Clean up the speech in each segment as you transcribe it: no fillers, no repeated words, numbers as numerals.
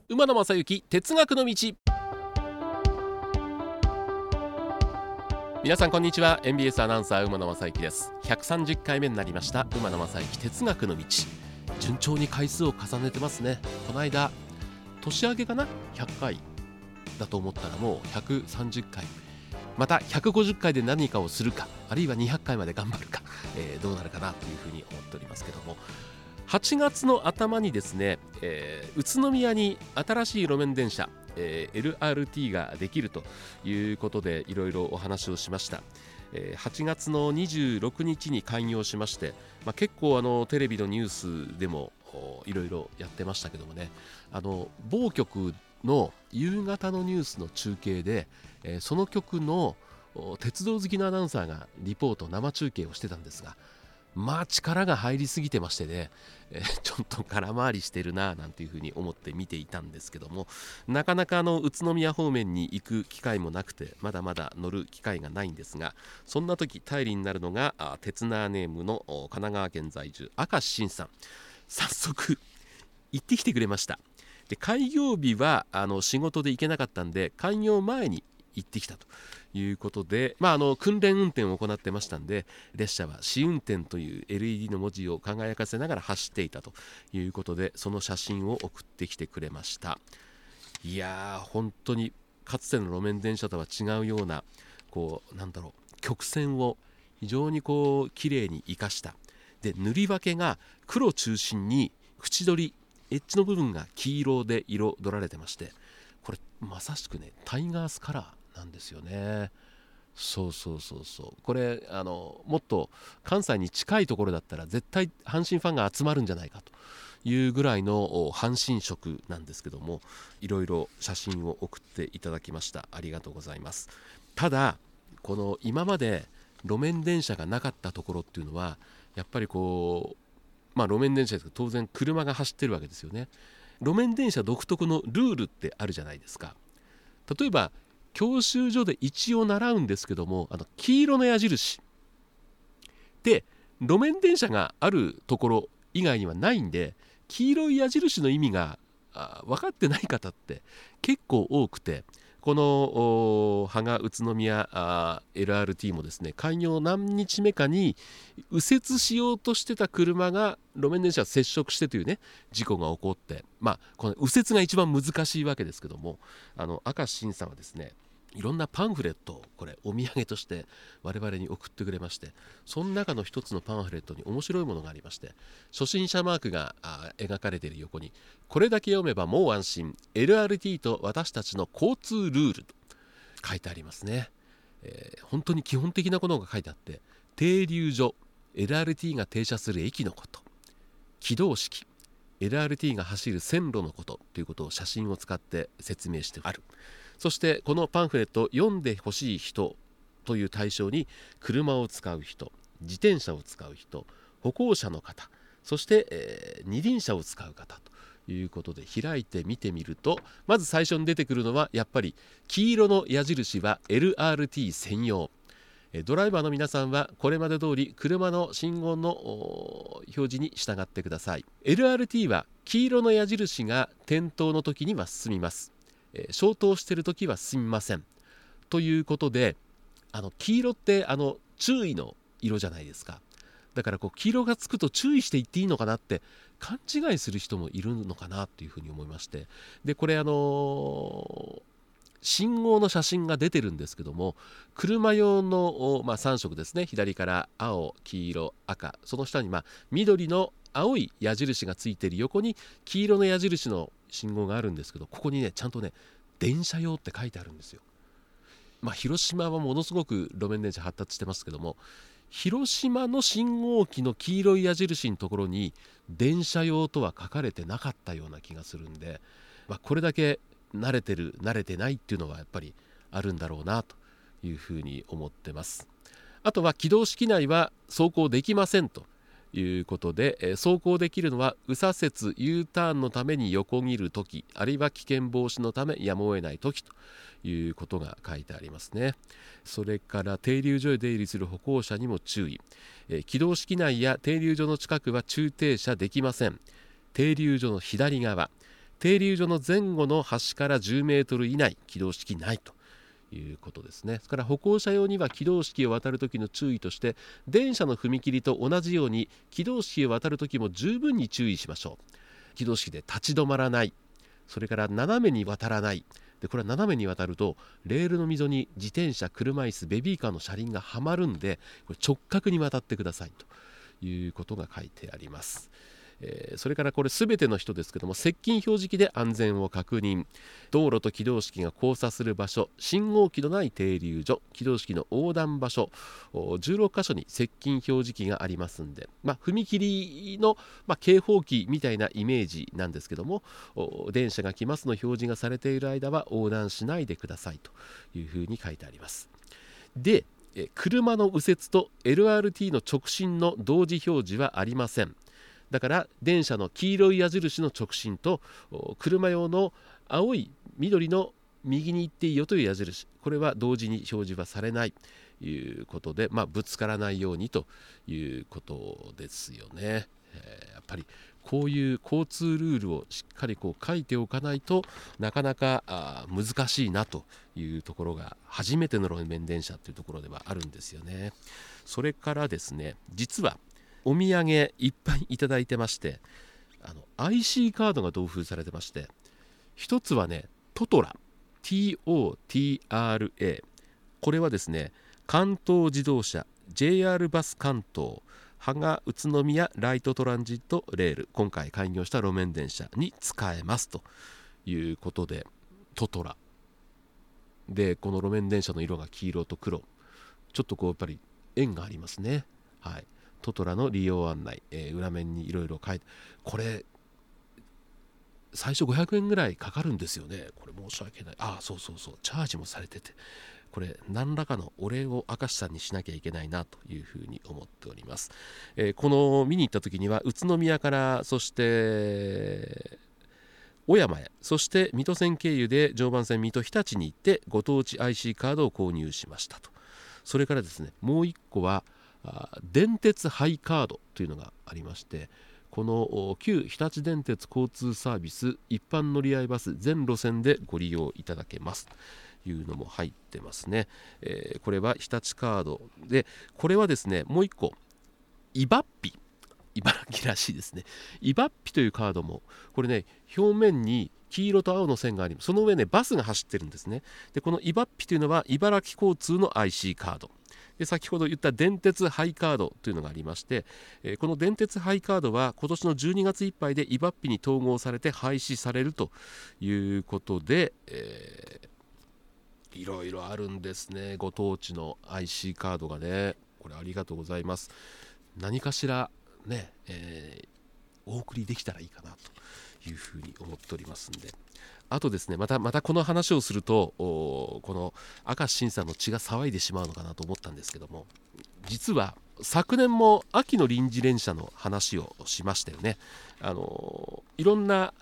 馬野正幸哲学の道。皆さんこんにちは。 MBS アナウンサー馬野正幸です。130回目になりました馬野正幸哲学の道。順調に回数を重ねてますね。この間年明けかな、100回だと思ったらもう130回、また150回で何かをするか、あるいは200回まで頑張るか、どうなるかなというふうに思っておりますけども、8月の頭にですね、宇都宮に新しい路面電車、LRT ができるということでいろいろお話をしました。8月の26日に開業しまして、結構テレビのニュースでもいろいろやってましたけどもね、某局の夕方のニュースの中継で、その局の鉄道好きのアナウンサーがリポート生中継をしてたんですが、力が入りすぎてましてね、ちょっと空回りしてるななんていうふうに思って見ていたんですけども、なかなか宇都宮方面に行く機会もなくて、まだまだ乗る機会がないんですが、そんな時頼りになるのが鉄ナーネームの神奈川県在住明石慎さん。早速行ってきてくれました。で、開業日は仕事で行けなかったんで、開業前に行ってきたということで、訓練運転を行ってましたんで、列車は試運転という LED の文字を輝かせながら走っていたということで、その写真を送ってきてくれました。いやー、本当にかつての路面電車とは違うような曲線を非常に綺麗に生かした。で、塗り分けが黒中心に縁取り、エッジの部分が黄色で彩られてまして、これまさしくねタイガースカラーなんですよね。そうこれもっと関西に近いところだったら絶対阪神ファンが集まるんじゃないかというぐらいの阪神色なんですけども、いろいろ写真を送っていただきました。ありがとうございます。ただこの今まで路面電車がなかったところっていうのは、やっぱり路面電車ですけど当然車が走ってるわけですよね。路面電車独特のルールってあるじゃないですか。例えば教習所で一応習うんですけども、黄色の矢印で路面電車があるところ以外にはないんで、黄色い矢印の意味が分かってない方って結構多くて、この芳賀宇都宮LRT もですね、開業何日目かに右折しようとしてた車が路面電車接触してというね事故が起こって、この右折が一番難しいわけですけども、明石慎さんはですね、いろんなパンフレットをこれお土産として我々に送ってくれまして、その中の一つのパンフレットに面白いものがありまして、初心者マークが描かれている横に、これだけ読めばもう安心 LRT と私たちの交通ルールと書いてありますね。本当に基本的なことが書いてあって、停留所 LRT が停車する駅のこと、起動式 LRT が走る線路のことということを写真を使って説明してある。そしてこのパンフレット読んでほしい人という対象に、車を使う人、自転車を使う人、歩行者の方、そして、二輪車を使う方ということで開いて見てみると、まず最初に出てくるのはやっぱり黄色の矢印は LRT 専用。ドライバーの皆さんはこれまで通り車の信号の表示に従ってください。 LRT は黄色の矢印が点灯の時には進みます。消灯している時は進みませんということで、黄色って注意の色じゃないですか。だから黄色がつくと注意していっていいのかなって勘違いする人もいるのかなというふうに思いまして、でこれ信号の写真が出てるんですけども、車用の、3色ですね。左から青、黄色、赤、その下に緑の青い矢印がついている横に黄色の矢印の信号があるんですけど、ここにねちゃんとね電車用って書いてあるんですよ。広島はものすごく路面電車発達してますけども、広島の信号機の黄色い矢印のところに電車用とは書かれてなかったような気がするんで、これだけ慣れてる慣れてないっていうのはやっぱりあるんだろうなというふうに思ってます。あとは起動式内は走行できませんということで、走行できるのは右左折 U ターンのために横切るとき、あるいは危険防止のためやむを得ないときということが書いてありますね。それから停留所へ出入りする歩行者にも注意。起動式内や停留所の近くは駐停車できません。停留所の左側、 停留所の前後の端から10メートル以内、起動式ないということですね。それから歩行者用には起動式を渡るときの注意として、電車の踏切と同じように起動式を渡るときも十分に注意しましょう。起動式で立ち止まらない、それから斜めに渡らない。でこれは斜めに渡るとレールの溝に自転車、車椅子、ベビーカーの車輪がはまるんで、これ直角に渡ってくださいということが書いてあります。それからこれ全ての人ですけども、接近表示器で安全を確認、道路と起動式が交差する場所、信号機のない停留所、起動式の横断場所、16箇所に接近表示器がありますんで、踏切の、警報器みたいなイメージなんですけども、電車が来ますの表示がされている間は横断しないでくださいというふうに書いてあります。で、車の右折と LRT の直進の同時表示はありません。だから電車の黄色い矢印の直進と車用の青い緑の右に行っていいよという矢印、これは同時に表示はされないということで、ぶつからないようにということですよね。やっぱりこういう交通ルールをしっかり書いておかないとなかなか難しいなというところが、初めての路面電車というところではあるんですよね。それからですね、実はお土産いっぱいいただいてまして、IC カードが同封されてまして、一つはね、トトラ TOTRA、 これはですね、関東自動車 JR バス関東芳賀宇都宮ライトトランジットレール、今回開業した路面電車に使えますということで、トトラで、この路面電車の色が黄色と黒、ちょっとやっぱり縁がありますね。はい、トトラの利用案内、裏面にいろいろ書いて、これ最初500円ぐらいかかるんですよね。これ申し訳ない。そうチャージもされてて、これ何らかのお礼を明石さんにしなきゃいけないなというふうに思っております。この見に行った時には宇都宮から、そして小山へ、そして水戸線経由で常磐線水戸日立に行ってご当地 IC カードを購入しましたと。それからですね、もう一個は電鉄ハイカードというのがありまして、この旧日立電鉄交通サービス一般乗り合いバス全路線でご利用いただけますというのも入ってますね。これは日立カードで、これはですね、もう一個イバッピ、茨城らしいですね。イバッピというカードも、これね、表面に黄色と青の線があります。その上ね、バスが走ってるんですね。でこのイバッピというのは茨城交通の IC カードで、先ほど言った電鉄ハイカードというのがありまして、この電鉄ハイカードは今年の12月いっぱいでイバッピに統合されて廃止されるということで、いろいろあるんですね。ご当地の IC カードがね、これありがとうございます。何かしらね、お送りできたらいいかなというふうに思っておりますんで、あとですね、またこの話をするとこの明石慎さんの血が騒いでしまうのかなと思ったんですけども、実は昨年も秋の臨時連射の話をしましたよね。いろんな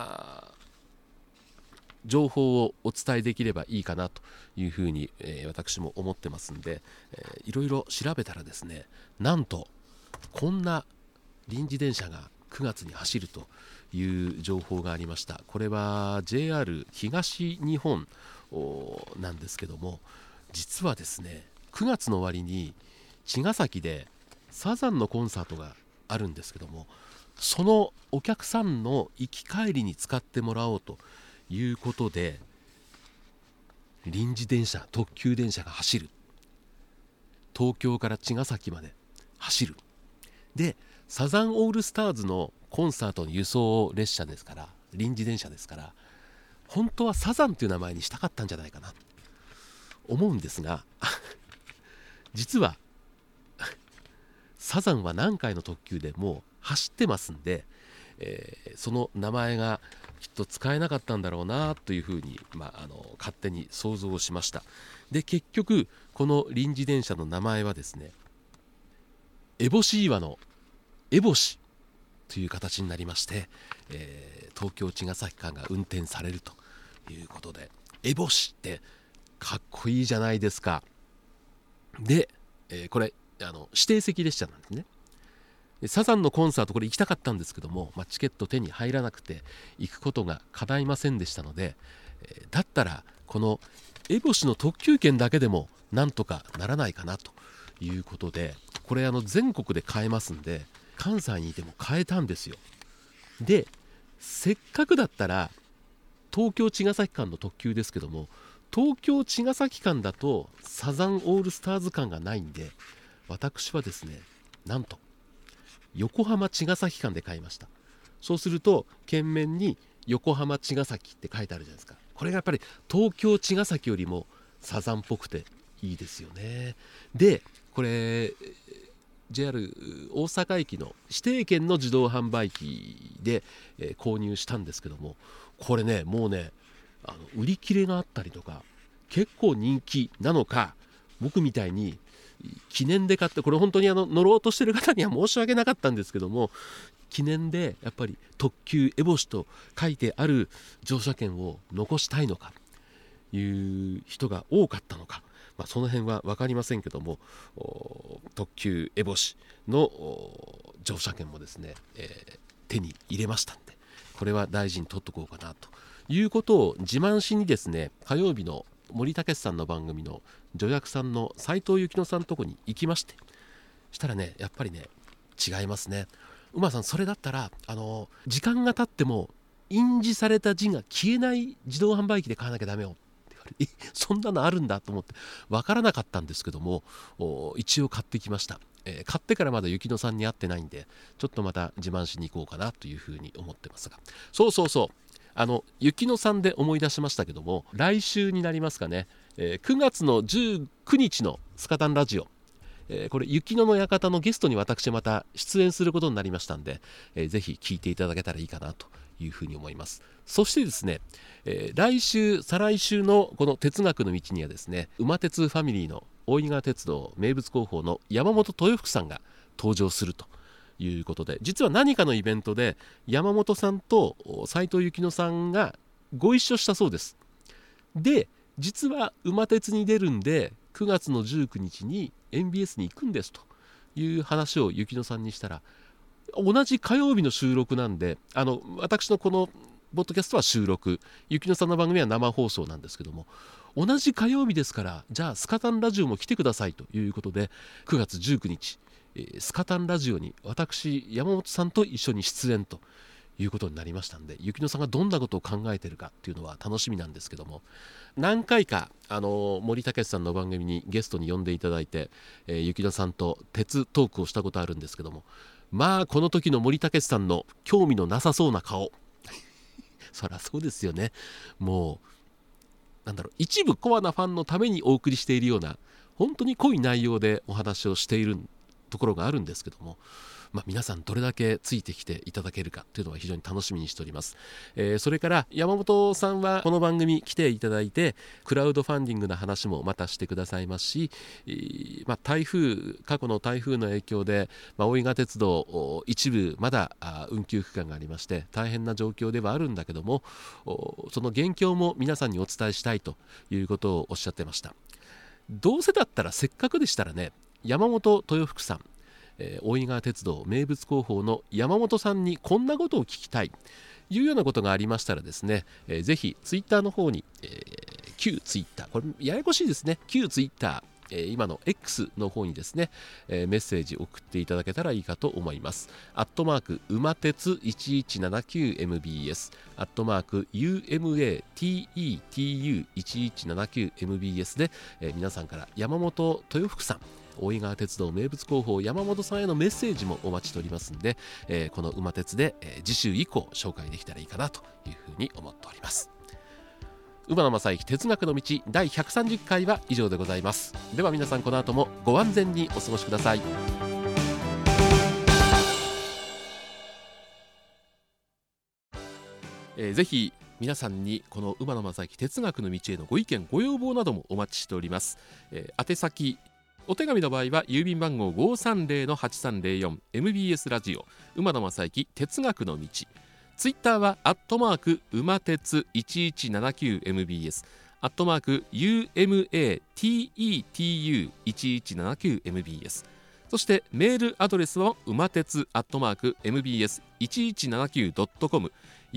情報をお伝えできればいいかなというふうに、私も思ってますんで、いろいろ調べたらですね、なんとこんな臨時電車が9月に走るという情報がありました。これは JR 東日本なんですけども、実はですね、9月の終わりに茅ヶ崎でサザンのコンサートがあるんですけども、そのお客さんの行き帰りに使ってもらおうということで、臨時電車、特急電車が走る。東京から茅ヶ崎まで走る。でサザンオールスターズのコンサートの輸送列車ですから、臨時電車ですから、本当はサザンという名前にしたかったんじゃないかなと思うんですが実はサザンは何回の特急でもう走ってますんで、その名前がきっと使えなかったんだろうなというふうに、勝手に想像しました。で結局この臨時電車の名前はですね、烏帽子岩の烏帽子という形になりまして、東京茅ヶ崎間が運転されるということで、烏帽子ってかっこいいじゃないですか。で、これ指定席列車なんですね。 サザンのコンサートこれ行きたかったんですけども、チケット手に入らなくて行くことが叶いませんでしたので、だったらこの烏帽子の特急券だけでもなんとかならないかなということで、これ全国で買えますんで関西にいても買えたんですよ。でせっかくだったら東京茅ヶ崎間の特急ですけども、東京茅ヶ崎間だとサザンオールスターズ間がないんで、私はですねなんと横浜茅ヶ崎間で買いました。そうすると券面に横浜茅ヶ崎って書いてあるじゃないですか。これがやっぱり東京茅ヶ崎よりもサザンっぽくていいですよね。でこれ JR 大阪駅の指定券の自動販売機で、購入したんですけども、これねもうね売り切れがあったりとか結構人気なのか、僕みたいに記念で買って、これ本当に乗ろうとしてる方には申し訳なかったんですけども、記念でやっぱり特急烏帽子と書いてある乗車券を残したいのかいう人が多かったのか、その辺は分かりませんけども、特急烏帽子の乗車券もですね、手に入れましたんで、これは大事に取っとこうかなということを自慢しにですね、火曜日の森武さんの番組の助役さんの斉藤幸乃さんのとこに行きまして、したらねやっぱりね違いますね。馬さんそれだったら時間が経っても印字された字が消えない自動販売機で買わなきゃダメよって言われて、そんなのあるんだと思って分からなかったんですけども、一応買ってきました。買ってからまだ幸乃さんに会ってないんで、ちょっとまた自慢しに行こうかなというふうに思ってますが、そう幸乃さんで思い出しましたけども、来週になりますかね、9月の19日のスカタンラジオ、これ幸乃の館のゲストに私また出演することになりましたんで、ぜひ聞いていただけたらいいかなというふうに思います。そしてですね、来週再来週のこの哲学の道にはですね、馬鉄ファミリーの大井川鉄道名物広報の山本豊福さんが登場するということで、実は何かのイベントで山本さんと斉藤幸乃さんがご一緒したそうです。で実は馬鉄に出るんで9月の19日に MBS に行くんですという話を幸乃さんにしたら、同じ火曜日の収録なんで、私のこのポッドキャストは収録、幸乃さんの番組は生放送なんですけども、同じ火曜日ですから、じゃあスカタンラジオも来てくださいということで、9月19日スカタンラジオに私山本さんと一緒に出演ということになりましたんで、幸乃さんがどんなことを考えているかっていうのは楽しみなんですけども、何回か森武さんの番組にゲストに呼んでいただいて、幸乃さんと鉄トークをしたことあるんですけども、この時の森武さんの興味のなさそうな顔そりゃそうですよね。もう一部コアなファンのためにお送りしているような本当に濃い内容でお話をしているところがあるんですけども、皆さんどれだけついてきていただけるかというのは非常に楽しみにしております。それから山本さんはこの番組来ていただいてクラウドファンディングの話もまたしてくださいますし、過去の台風の影響で、大井川鉄道一部まだ運休区間がありまして大変な状況ではあるんだけども、その現況も皆さんにお伝えしたいということをおっしゃってました。どうせだったらせっかくでしたらね、山本豊福さん、大井川鉄道名物広報の山本さんにこんなことを聞きたいというようなことがありましたらですね、ぜひツイッターの方に、旧ツイッター、これややこしいですね、旧ツイッター、今の X の方にですね、メッセージ送っていただけたらいいかと思います。@馬鉄 1179MBS UMATETU1179MBS で、皆さんから山本豊福さん、大井川鉄道名物広報山本さんへのメッセージもお待ちしておりますので、この馬鉄で、次週以降紹介できたらいいかなというふうに思っております。馬野正幸哲学の道第130回は以上でございます。では皆さんこの後もご安全にお過ごしください。ぜひ皆さんにこの馬野正幸哲学の道へのご意見ご要望などもお待ちしております。宛先お手紙の場合は郵便番号 530-8304 MBS ラジオ馬野正幸哲学の道、ツイッターは馬鉄 1179MBS UMATETU1179MBS、 そしてメールアドレスは馬鉄@mbs1179.com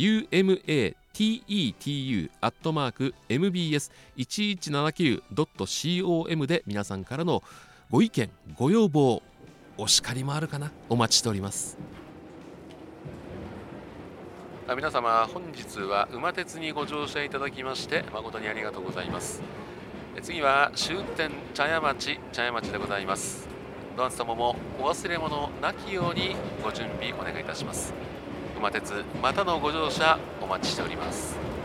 umatetu@mbs1179.com で皆さんからのご意見ご要望お叱りもあるかなお待ちしております。皆様本日は馬鉄にご乗車いただきまして誠にありがとうございます。次は終点茶屋町でございます。どなた様もお忘れ物なきようにご準備お願いいたします。馬鉄またのご乗車お待ちしております。